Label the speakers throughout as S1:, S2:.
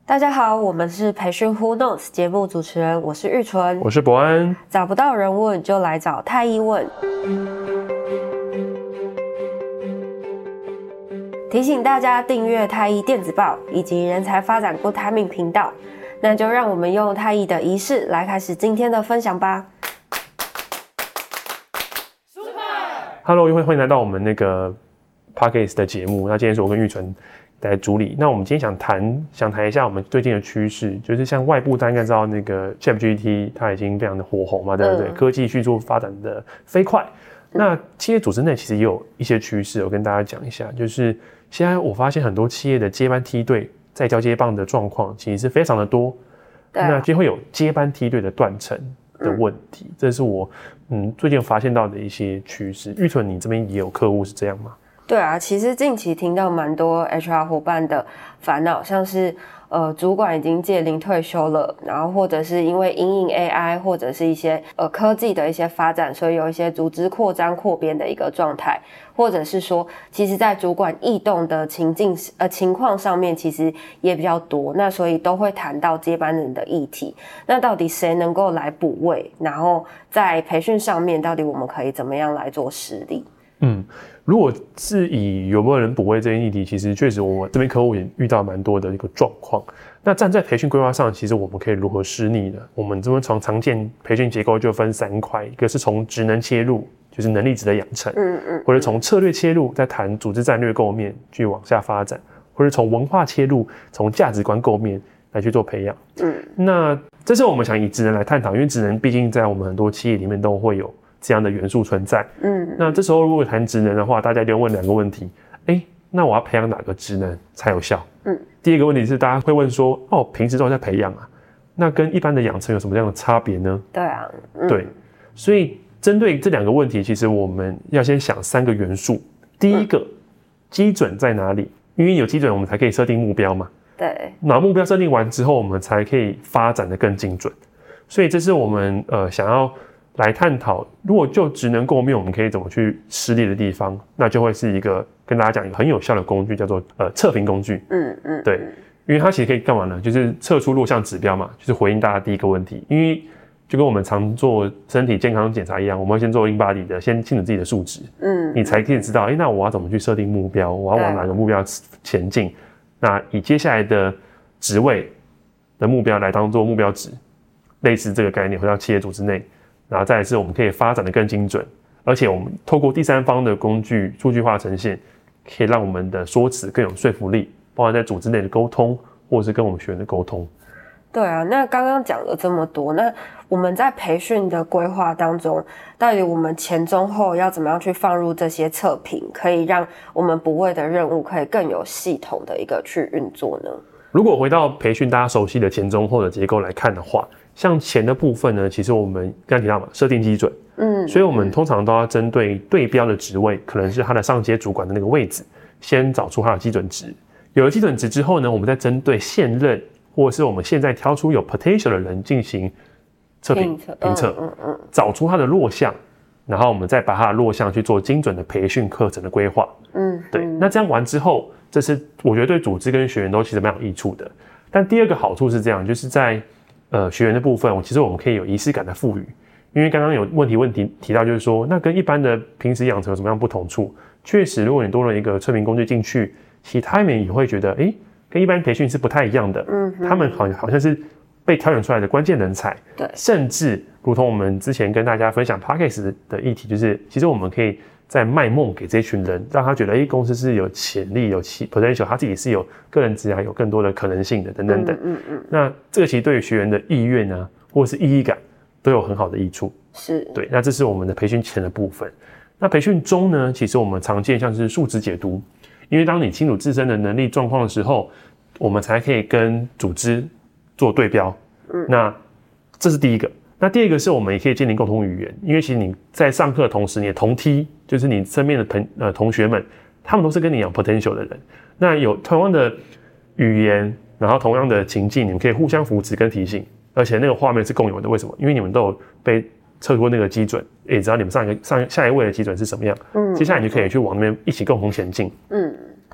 S1: 大家好，我们是培训 Who Knows 节目主持人，我是玉纯，
S2: 我是伯安。
S1: 找不到人问就来找太医问。提醒大家订阅太医电子报以及人才发展 Good Timing 频道。那就让我们用太医的仪式来开始今天的分享吧。
S2: Hello， 欢迎来到我们那个 Podcast 的节目。那今天是我跟玉纯来主理。那我们今天想谈一下我们最近的趋势，就是像外部大家应该知道那个 ChatGPT 它已经非常的火红嘛，对不对？科技迅速发展的飞快。那企业组织内其实也有一些趋势，我跟大家讲一下，就是现在我发现很多企业的接班梯队在交接棒的状况其实是非常的多，那就会有接班梯队的断层的问题，这是我最近发现到的一些趋势。玉纯，你这边也有客户是这样吗？
S1: 对啊，其实近期听到蛮多 HR 伙伴的烦恼，像是主管已经届龄退休了，然后或者是因为因应 AI 或者是一些科技的一些发展，所以有一些组织扩张扩编的一个状态，或者是说其实在主管异动的情况上面其实也比较多，那所以都会谈到接班人的议题。那到底谁能够来补位，然后在培训上面到底我们可以怎么样来做实力？
S2: 如果是以有没有人补位这件议题，其实确实我这边客户也遇到蛮多的一个状况。那站在培训规划上，其实我们可以如何施力呢？我们这边从常见培训结构就分3块，一个是从职能切入，就是能力值的养成，或者从策略切入，再谈组织战略构面去往下发展，或者从文化切入，从价值观构面来去做培养。那这是我们想以职能来探讨，因为职能毕竟在我们很多企业里面都会有这样的元素存在。那这时候如果谈职能的话，大家一定会问2个问题。那我要培养哪个职能才有效？第一个问题是大家会问说，平时都在培养啊，那跟一般的养成有什么样的差别呢？
S1: 对啊，
S2: 对，所以针对这2个问题，其实我们要先想3个元素。第一个，基准在哪里？因为有基准，我们才可以设定目标嘛。
S1: 对，
S2: 那目标设定完之后，我们才可以发展得更精准。所以这是我们想要来探讨，如果就职能构面我们可以怎么去施力的地方，那就会是一个跟大家讲一个很有效的工具，叫做测评工具。对，因为它其实可以干嘛呢？就是测出弱项指标嘛，就是回应大家第一个问题。因为就跟我们常做身体健康检查一样，我们会先做 InBody 的，先清楚自己的数值，你才可以知道，那我要怎么去设定目标，我要往哪个目标前进，那以接下来的职位的目标来当做目标值，类似这个概念回到企业组织内。然后再来是我们可以发展得更精准，而且我们透过第三方的工具数据化呈现，可以让我们的说辞更有说服力，包含在组织内的沟通，或者是跟我们学员的沟通。
S1: 对啊，那刚刚讲了这么多，那我们在培训的规划当中，到底我们前中后要怎么样去放入这些测评，可以让我们补位的任务可以更有系统的一个去运作呢？
S2: 如果回到培训大家熟悉的前中后的结构来看的话，像前的部分呢，其实我们刚才提到嘛，设定基准，所以我们通常都要针对对标的职位，可能是他的上阶主管的那个位置，先找出他的基准值。有了基准值之后呢，我们再针对现任或者是我们现在挑出有 potential 的人进行评测，找出他的弱项，然后我们再把他的弱项去做精准的培训课程的规划。对，那这样完之后，这是我觉得对组织跟学员都其实蛮有益处的。但第二个好处是这样，就是在学员的部分，其实我们可以有仪式感的赋予，因为刚刚有问题提到，就是说，那跟一般的平时养成有什么样不同处？确实，如果你多了一个测评工具进去，其他人也会觉得，跟一般培训是不太一样的。他们好像是被挑选出来的关键人才。对，甚至如同我们之前跟大家分享 Podcast 的议题，就是其实我们可以在卖梦给这群人，让他觉得，公司是有潜力、有 potential， 他自己是有个人职涯有更多的可能性的，等等等。那这个其实对于学员的意愿啊，或者是意义感，都有很好的益处。是，对。那这是我们的培训前的部分。那培训中呢，其实我们常见像是数值解读，因为当你清楚自身的能力状况的时候，我们才可以跟组织做对标。那这是第一个。那第二个是我们也可以建立共同语言，因为其实你在上课的同时，你的同梯就是你身边的同学们，他们都是跟你有 potential 的人，那有同样的语言，然后同样的情境，你们可以互相扶持跟提醒，而且那个画面是共有的。为什么？因为你们都有被测过那个基准，也知道你们下一位的基准是什么样，接下来你就可以去往那边一起共同前进。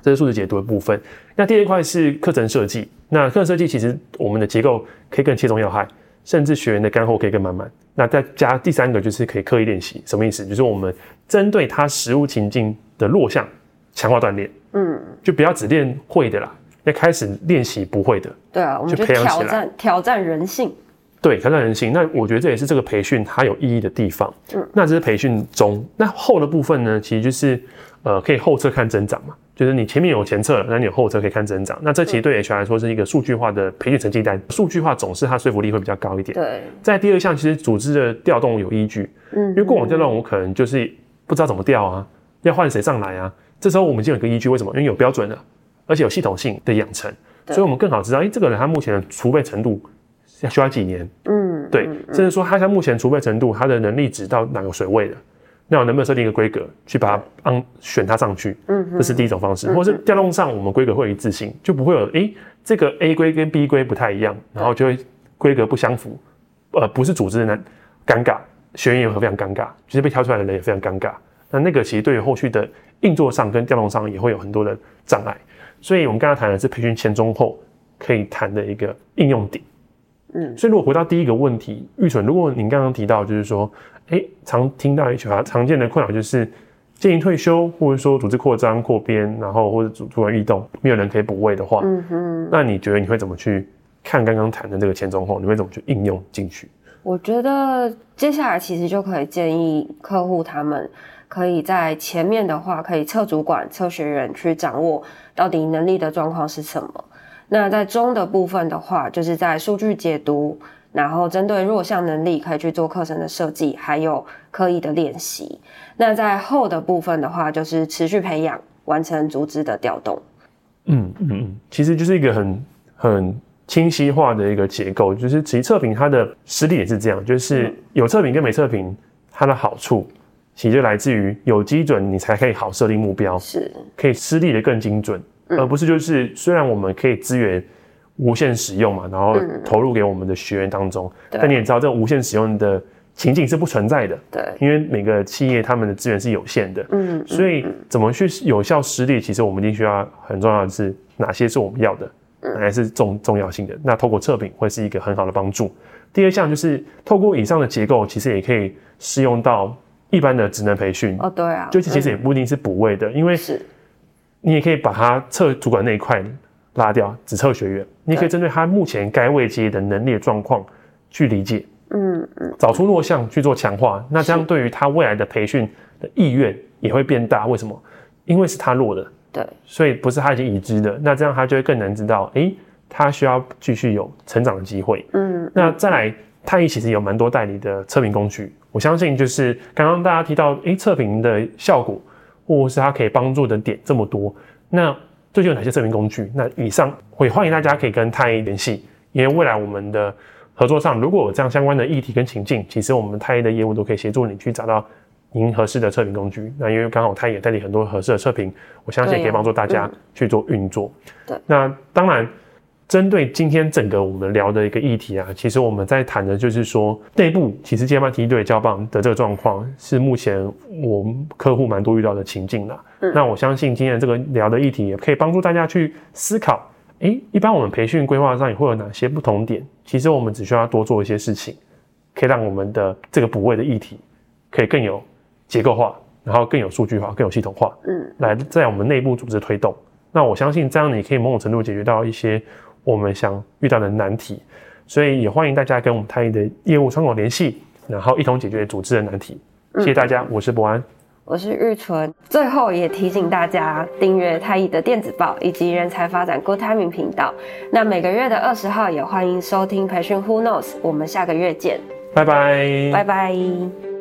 S2: 这是数值解读的部分。那第二块是课程设计。那课程设计其实我们的结构可以更切中要害，甚至学员的干货可以更满满。那再加第三个就是可以刻意练习，什么意思？就是我们针对他实务情境的弱项强化锻炼，就不要只练会的啦，要开始练习不会的。
S1: 对啊，我们就挑战人性。
S2: 对，挑战人性。那我觉得这也是这个培训它有意义的地方。那这是培训中，那后的部分呢，其实就是可以后测看增长嘛。就是你前面有前测了，那你有后测可以看增长。那这其实对 HR 来说是一个数据化的培训成绩单，数据化总是它说服力会比较高一点。
S1: 对。
S2: 在第二项，其实组织的调动有依据。因为过往调动我可能就是不知道怎么调啊，要换谁上来啊。这时候我们已经有一个依据，为什么？因为有标准了，而且有系统性的养成，所以我们更好知道，这个人他目前的储备程度需要几年。对，甚至说他目前储备程度，他的能力值到哪个水位了。那我能不能设定一个规格去把它选它上去？这是第一种方式，或是调动上我们规格会有一致性，就不会有这个 A 规跟 B 规不太一样，然后就会规格不相符，不是组织的尴尬，学员也会非常尴尬，就是被挑出来的人也非常尴尬。那个其实对于后续的运作上跟调动上也会有很多的障碍，所以我们刚才谈的是培训前中后可以谈的一个应用点。所以如果回到第一个问题，玉纯，如果您刚刚提到就是说，常听到 HR 常见的困扰就是建议退休，或者说组织扩张扩编，然后或者主管异动，没有人可以补位的话，那你觉得你会怎么去看刚刚谈的这个前中后？你会怎么去应用进去？
S1: 我觉得接下来其实就可以建议客户他们可以在前面的话，可以测主管、测学员去掌握到底能力的状况是什么。那在中的部分的话，就是在数据解读，然后针对弱项能力可以去做课程的设计，还有刻意的练习。那在后的部分的话，就是持续培养，完成组织的调动。
S2: 其实就是一个很清晰化的一个结构，就是其实测评它的实力也是这样，就是有测评跟没测评，它的好处其实就来自于有基准，你才可以好设定目标，
S1: 是
S2: 可以施力的更精准。而不是就是虽然我们可以资源无限使用嘛，然后投入给我们的学员当中，但你也知道这种无限使用的情境是不存在的。
S1: 对，
S2: 因为每个企业他们的资源是有限的。所以怎么去有效施力，其实我们一定需要很重要的是哪些是我们要的，哪些是重要性的。那透过测评会是一个很好的帮助。第二项就是透过以上的结构，其实也可以适用到一般的职能培训。
S1: 对啊，
S2: 就其实也不一定是补位的，因为是。你也可以把它测主管那一块拉掉，只测学员。你也可以针对他目前该位阶的能力的状况去理解，找出弱项去做强化。那这样对于他未来的培训的意愿也会变大。为什么？因为是他弱的，
S1: 对，
S2: 所以不是他已经已知的。那这样他就会更能知道，他需要继续有成长的机会。那再来，太毅其实有蛮多代理的测评工具。我相信就是刚刚大家提到，测评的效果。或是它可以帮助的点这么多，那最近有哪些测评工具？那以上会欢迎大家可以跟太毅联系，因为未来我们的合作上如果有这样相关的议题跟情境，其实我们太毅的业务都可以协助你去找到您合适的测评工具。那因为刚好太毅也代理很多合适的测评，我相信也可以帮助大家去做运作。
S1: 对，
S2: 那当然。针对今天整个我们聊的一个议题啊，其实我们在谈的就是说，内部其实接班梯队交棒的这个状况，是目前我们客户蛮多遇到的情境啦。那我相信今天这个聊的议题也可以帮助大家去思考，一般我们培训规划上也会有哪些不同点？其实我们只需要多做一些事情，可以让我们的这个补位的议题可以更有结构化，然后更有数据化，更有系统化，来在我们内部组织推动。那我相信这样你可以某种程度解决到一些我们想遇到的难题，所以也欢迎大家跟我们太毅的业务窗口联系，然后一同解决组织的难题。谢谢大家，我是博安，
S1: 我是玉纯。最后也提醒大家订阅太毅的电子报以及人才发展 Good Timing 频道。那每个月的20号也欢迎收听培训 Who Knows， 我们下个月见，
S2: 拜拜，
S1: 拜拜。